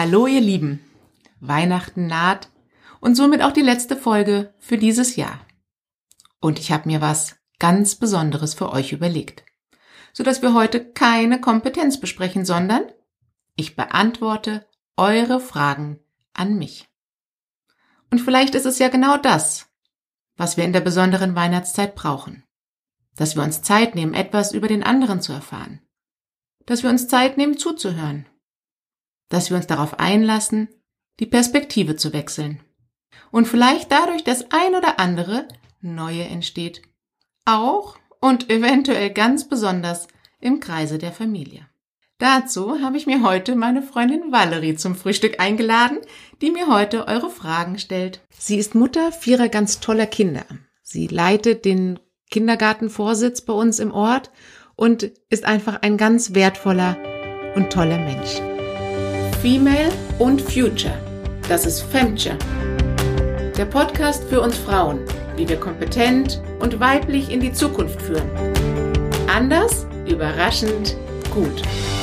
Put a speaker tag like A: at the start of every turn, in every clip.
A: Hallo ihr Lieben, Weihnachten naht und somit auch die letzte Folge für dieses Jahr. Und ich habe mir was ganz Besonderes für euch überlegt, sodass wir heute keine Kompetenz besprechen, sondern ich beantworte eure Fragen an mich. Und vielleicht ist es ja genau das, was wir in der besonderen Weihnachtszeit brauchen. Dass wir uns Zeit nehmen, etwas über den anderen zu erfahren. Dass wir uns Zeit nehmen, zuzuhören. Dass wir uns darauf einlassen, die Perspektive zu wechseln. Und vielleicht dadurch das ein oder andere Neue entsteht. Auch und eventuell ganz besonders im Kreise der Familie. Dazu habe ich mir heute meine Freundin Valerie zum Frühstück eingeladen, die mir heute eure Fragen stellt. Sie ist Mutter 4 ganz toller Kinder. Sie leitet den Kindergartenvorsitz bei uns im Ort und ist einfach ein ganz wertvoller und toller Mensch. Female und Future, das ist Femture. Der Podcast für uns Frauen, wie wir kompetent und weiblich in die Zukunft führen. Anders, überraschend, gut.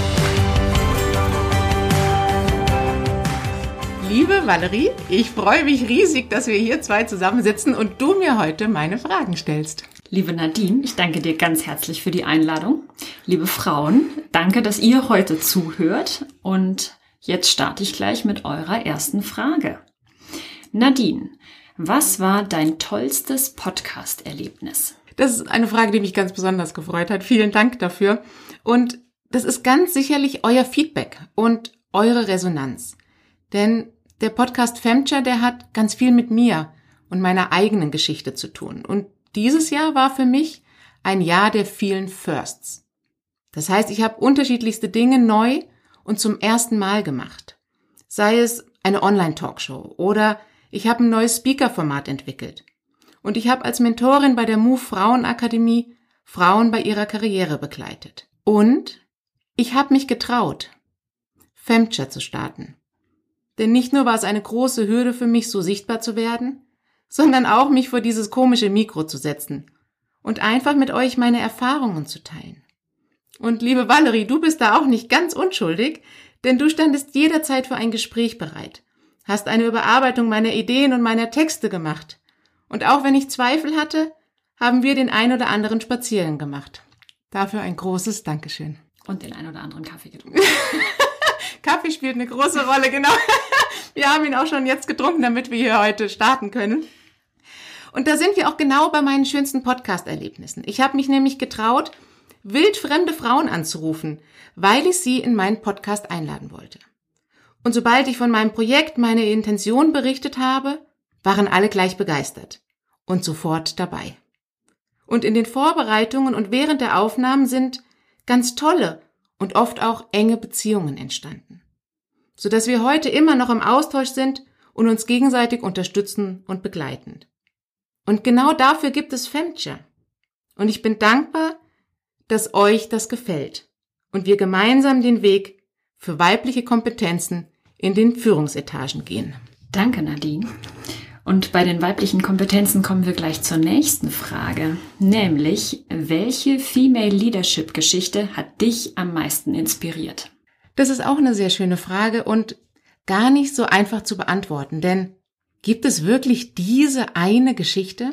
A: Liebe Valerie, ich freue mich riesig, dass wir hier 2 zusammensitzen und du mir heute meine Fragen stellst.
B: Liebe Nadine, ich danke dir ganz herzlich für die Einladung. Liebe Frauen, danke, dass ihr heute zuhört. Und jetzt starte ich gleich mit eurer ersten Frage. Nadine, was war dein tollstes Podcast-Erlebnis?
A: Das ist eine Frage, die mich ganz besonders gefreut hat. Vielen Dank dafür. Und das ist ganz sicherlich euer Feedback und eure Resonanz. Denn der Podcast Femture, der hat ganz viel mit mir und meiner eigenen Geschichte zu tun. Und dieses Jahr war für mich ein Jahr der vielen Firsts. Das heißt, ich habe unterschiedlichste Dinge neu und zum ersten Mal gemacht. Sei es eine Online-Talkshow oder ich habe ein neues Speaker-Format entwickelt. Und ich habe als Mentorin bei der Move Frauenakademie Frauen bei ihrer Karriere begleitet. Und ich habe mich getraut, Femture zu starten. Denn nicht nur war es eine große Hürde für mich, so sichtbar zu werden, sondern auch mich vor dieses komische Mikro zu setzen und einfach mit euch meine Erfahrungen zu teilen. Und liebe Valerie, du bist da auch nicht ganz unschuldig, denn du standest jederzeit für ein Gespräch bereit, hast eine Überarbeitung meiner Ideen und meiner Texte gemacht. Und auch wenn ich Zweifel hatte, haben wir den ein oder anderen Spaziergang gemacht. Dafür ein großes Dankeschön.
B: Und den ein oder anderen Kaffee getrunken.
A: Kaffee spielt eine große Rolle, genau. Wir haben ihn auch schon jetzt getrunken, damit wir hier heute starten können. Und da sind wir auch genau bei meinen schönsten Podcast-Erlebnissen. Ich habe mich nämlich getraut, wildfremde Frauen anzurufen, weil ich sie in meinen Podcast einladen wollte. Und sobald ich von meinem Projekt, meine Intention berichtet habe, waren alle gleich begeistert und sofort dabei. Und in den Vorbereitungen und während der Aufnahmen sind ganz tolle und oft auch enge Beziehungen entstanden, sodass wir heute immer noch im Austausch sind und uns gegenseitig unterstützen und begleiten. Und genau dafür gibt es Femture. Und ich bin dankbar, dass euch das gefällt und wir gemeinsam den Weg für weibliche Kompetenzen in den Führungsetagen gehen.
B: Danke, Nadine. Und bei den weiblichen Kompetenzen kommen wir gleich zur nächsten Frage, nämlich, welche Female Leadership Geschichte hat dich am meisten inspiriert?
A: Das ist auch eine sehr schöne Frage und gar nicht so einfach zu beantworten, denn gibt es wirklich diese eine Geschichte?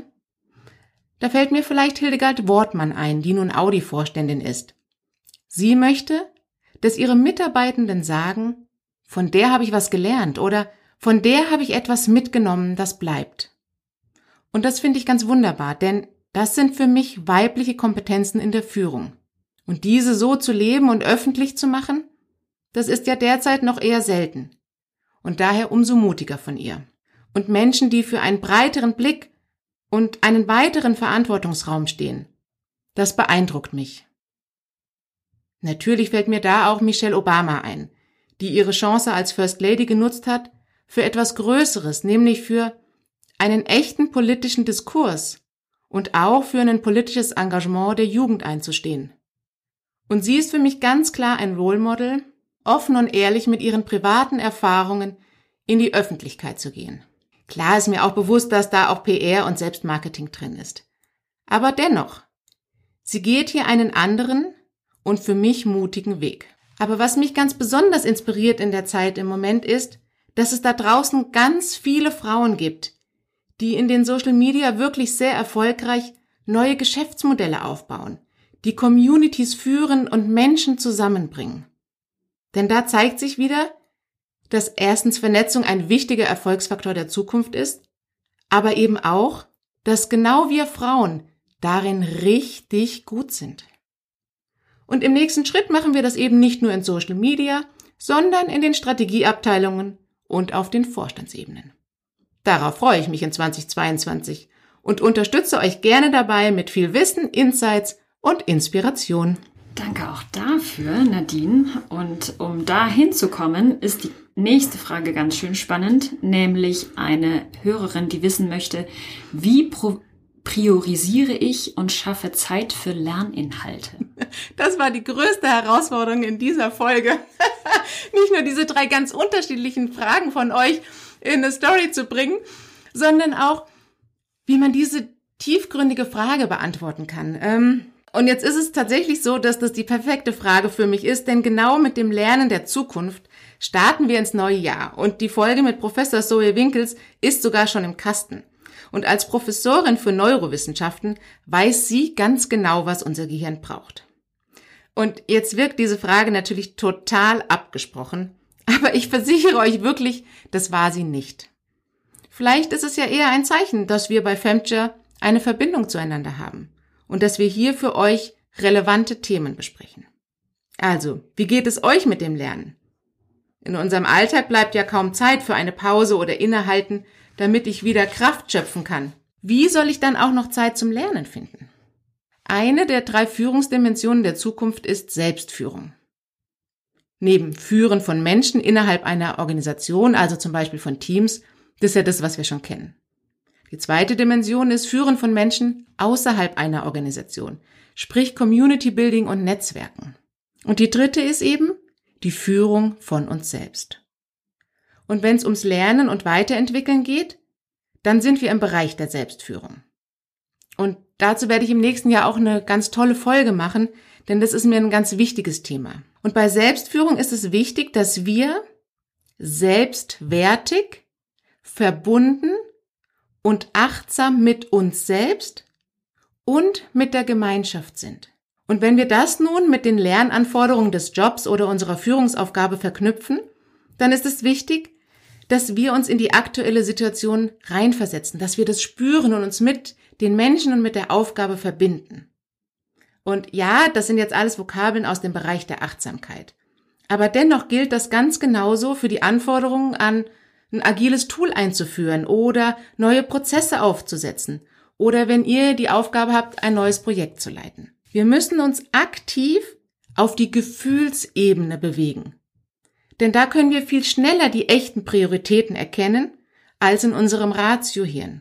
A: Da fällt mir vielleicht Hildegard Wortmann ein, die nun Audi-Vorständin ist. Sie möchte, dass ihre Mitarbeitenden sagen, von der habe ich was gelernt oder von der habe ich etwas mitgenommen, das bleibt. Und das finde ich ganz wunderbar, denn das sind für mich weibliche Kompetenzen in der Führung. Und diese so zu leben und öffentlich zu machen, das ist ja derzeit noch eher selten. Und daher umso mutiger von ihr. Und Menschen, die für einen breiteren Blick und einen weiteren Verantwortungsraum stehen, das beeindruckt mich. Natürlich fällt mir da auch Michelle Obama ein, die ihre Chance als First Lady genutzt hat, für etwas Größeres, nämlich für einen echten politischen Diskurs und auch für ein politisches Engagement der Jugend einzustehen. Und sie ist für mich ganz klar ein Role Model, offen und ehrlich mit ihren privaten Erfahrungen in die Öffentlichkeit zu gehen. Klar ist mir auch bewusst, dass da auch PR und Selbstmarketing drin ist. Aber dennoch, sie geht hier einen anderen und für mich mutigen Weg. Aber was mich ganz besonders inspiriert in der Zeit im Moment ist, dass es da draußen ganz viele Frauen gibt, die in den Social Media wirklich sehr erfolgreich neue Geschäftsmodelle aufbauen, die Communities führen und Menschen zusammenbringen. Denn da zeigt sich wieder, dass erstens Vernetzung ein wichtiger Erfolgsfaktor der Zukunft ist, aber eben auch, dass genau wir Frauen darin richtig gut sind. Und im nächsten Schritt machen wir das eben nicht nur in Social Media, sondern in den Strategieabteilungen und auf den Vorstandsebenen. Darauf freue ich mich in 2022 und unterstütze euch gerne dabei mit viel Wissen, Insights und Inspiration.
B: Danke auch dafür, Nadine. Und um da hinzukommen, ist die nächste Frage ganz schön spannend, nämlich eine Hörerin, die wissen möchte, wie priorisiere ich und schaffe Zeit für Lerninhalte?
A: Das war die größte Herausforderung in dieser Folge. Nicht nur diese 3 ganz unterschiedlichen Fragen von euch in eine Story zu bringen, sondern auch, wie man diese tiefgründige Frage beantworten kann. Und jetzt ist es tatsächlich so, dass das die perfekte Frage für mich ist, denn genau mit dem Lernen der Zukunft starten wir ins neue Jahr. Und die Folge mit Professor Zoe Winkels ist sogar schon im Kasten. Und als Professorin für Neurowissenschaften weiß sie ganz genau, was unser Gehirn braucht. Und jetzt wirkt diese Frage natürlich total abgesprochen, aber ich versichere euch wirklich, das war sie nicht. Vielleicht ist es ja eher ein Zeichen, dass wir bei Femture eine Verbindung zueinander haben und dass wir hier für euch relevante Themen besprechen. Also, wie geht es euch mit dem Lernen? In unserem Alltag bleibt ja kaum Zeit für eine Pause oder Innehalten, damit ich wieder Kraft schöpfen kann. Wie soll ich dann auch noch Zeit zum Lernen finden? Eine der 3 Führungsdimensionen der Zukunft ist Selbstführung. Neben Führen von Menschen innerhalb einer Organisation, also zum Beispiel von Teams, das ist ja das, was wir schon kennen. Die zweite Dimension ist Führen von Menschen außerhalb einer Organisation, sprich Community Building und Netzwerken. Und die dritte ist eben die Führung von uns selbst. Und wenn es ums Lernen und Weiterentwickeln geht, dann sind wir im Bereich der Selbstführung. Und dazu werde ich im nächsten Jahr auch eine ganz tolle Folge machen, denn das ist mir ein ganz wichtiges Thema. Und bei Selbstführung ist es wichtig, dass wir selbstwertig, verbunden und achtsam mit uns selbst und mit der Gemeinschaft sind. Und wenn wir das nun mit den Lernanforderungen des Jobs oder unserer Führungsaufgabe verknüpfen, dann ist es wichtig, dass wir uns in die aktuelle Situation reinversetzen, dass wir das spüren und uns mit den Menschen und mit der Aufgabe verbinden. Und ja, das sind jetzt alles Vokabeln aus dem Bereich der Achtsamkeit. Aber dennoch gilt das ganz genauso für die Anforderungen an ein agiles Tool einzuführen oder neue Prozesse aufzusetzen oder wenn ihr die Aufgabe habt, ein neues Projekt zu leiten. Wir müssen uns aktiv auf die Gefühlsebene bewegen. Denn da können wir viel schneller die echten Prioritäten erkennen als in unserem Ratiohirn.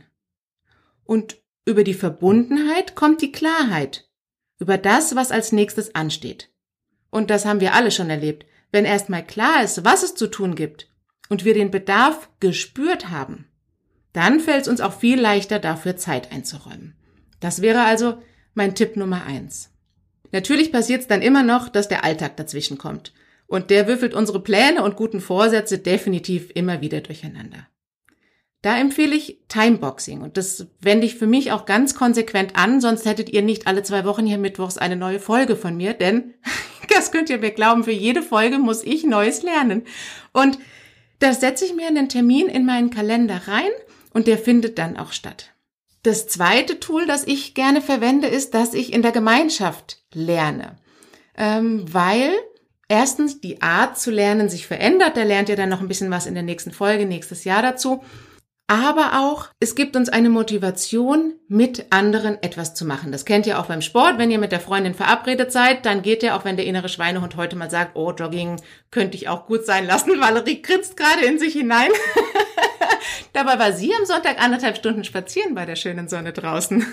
A: Und über die Verbundenheit kommt die Klarheit über das, was als nächstes ansteht. Und das haben wir alle schon erlebt. Wenn erstmal klar ist, was es zu tun gibt und wir den Bedarf gespürt haben, dann fällt es uns auch viel leichter, dafür Zeit einzuräumen. Das wäre also mein Tipp Nummer 1. Natürlich passiert es dann immer noch, dass der Alltag dazwischen kommt. Und der würfelt unsere Pläne und guten Vorsätze definitiv immer wieder durcheinander. Da empfehle ich Timeboxing und das wende ich für mich auch ganz konsequent an, sonst hättet ihr nicht alle 2 Wochen hier mittwochs eine neue Folge von mir, denn, das könnt ihr mir glauben, für jede Folge muss ich Neues lernen. Und da setze ich mir einen Termin in meinen Kalender rein und der findet dann auch statt. Das zweite Tool, das ich gerne verwende, ist, dass ich in der Gemeinschaft lerne, weil erstens die Art zu lernen sich verändert, da lernt ihr dann noch ein bisschen was in der nächsten Folge, nächstes Jahr dazu. Aber auch, es gibt uns eine Motivation, mit anderen etwas zu machen. Das kennt ihr auch beim Sport. Wenn ihr mit der Freundin verabredet seid, dann geht ihr, auch wenn der innere Schweinehund heute mal sagt, oh, Jogging könnte ich auch gut sein lassen. Valerie grinst gerade in sich hinein. Dabei war sie am Sonntag 1,5 Stunden spazieren bei der schönen Sonne draußen.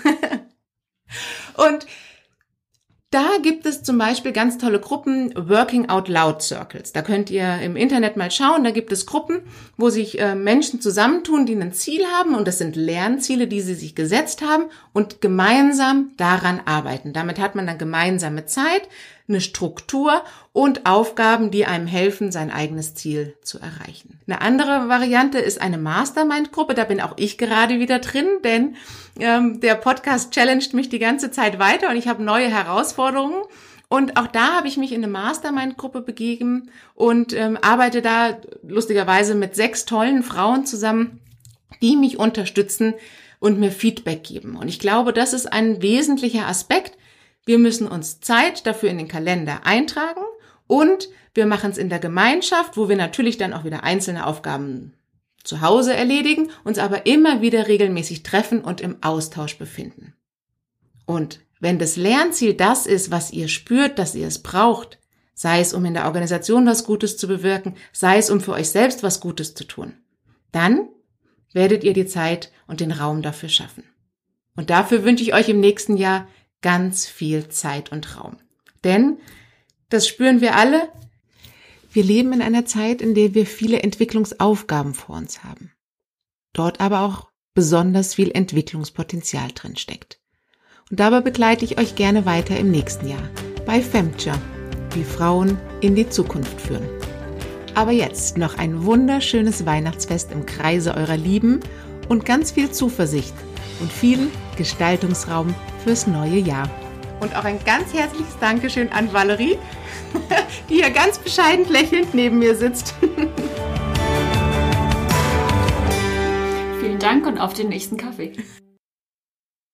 A: Und da gibt es zum Beispiel ganz tolle Gruppen, Working Out Loud Circles. Da könnt ihr im Internet mal schauen, da gibt es Gruppen, wo sich Menschen zusammentun, die ein Ziel haben und das sind Lernziele, die sie sich gesetzt haben und gemeinsam daran arbeiten. Damit hat man dann gemeinsame Zeit, eine Struktur und Aufgaben, die einem helfen, sein eigenes Ziel zu erreichen. Eine andere Variante ist eine Mastermind-Gruppe. Da bin auch ich gerade wieder drin, denn der Podcast challenged mich die ganze Zeit weiter und ich habe neue Herausforderungen. Und auch da habe ich mich in eine Mastermind-Gruppe begeben und arbeite da lustigerweise mit 6 tollen Frauen zusammen, die mich unterstützen und mir Feedback geben. Und ich glaube, das ist ein wesentlicher Aspekt. Wir müssen uns Zeit dafür in den Kalender eintragen und wir machen es in der Gemeinschaft, wo wir natürlich dann auch wieder einzelne Aufgaben zu Hause erledigen, uns aber immer wieder regelmäßig treffen und im Austausch befinden. Und wenn das Lernziel das ist, was ihr spürt, dass ihr es braucht, sei es, um in der Organisation was Gutes zu bewirken, sei es, um für euch selbst was Gutes zu tun, dann werdet ihr die Zeit und den Raum dafür schaffen. Und dafür wünsche ich euch im nächsten Jahr ganz viel Zeit und Raum. Denn, das spüren wir alle, wir leben in einer Zeit, in der wir viele Entwicklungsaufgaben vor uns haben. Dort aber auch besonders viel Entwicklungspotenzial drin steckt. Und dabei begleite ich euch gerne weiter im nächsten Jahr bei Femture, wie Frauen in die Zukunft führen. Aber jetzt noch ein wunderschönes Weihnachtsfest im Kreise eurer Lieben und ganz viel Zuversicht und viel Gestaltungsraum fürs neue Jahr. Und auch ein ganz herzliches Dankeschön an Valerie, die hier ganz bescheiden lächelnd neben mir sitzt.
B: Vielen Dank und auf den nächsten Kaffee.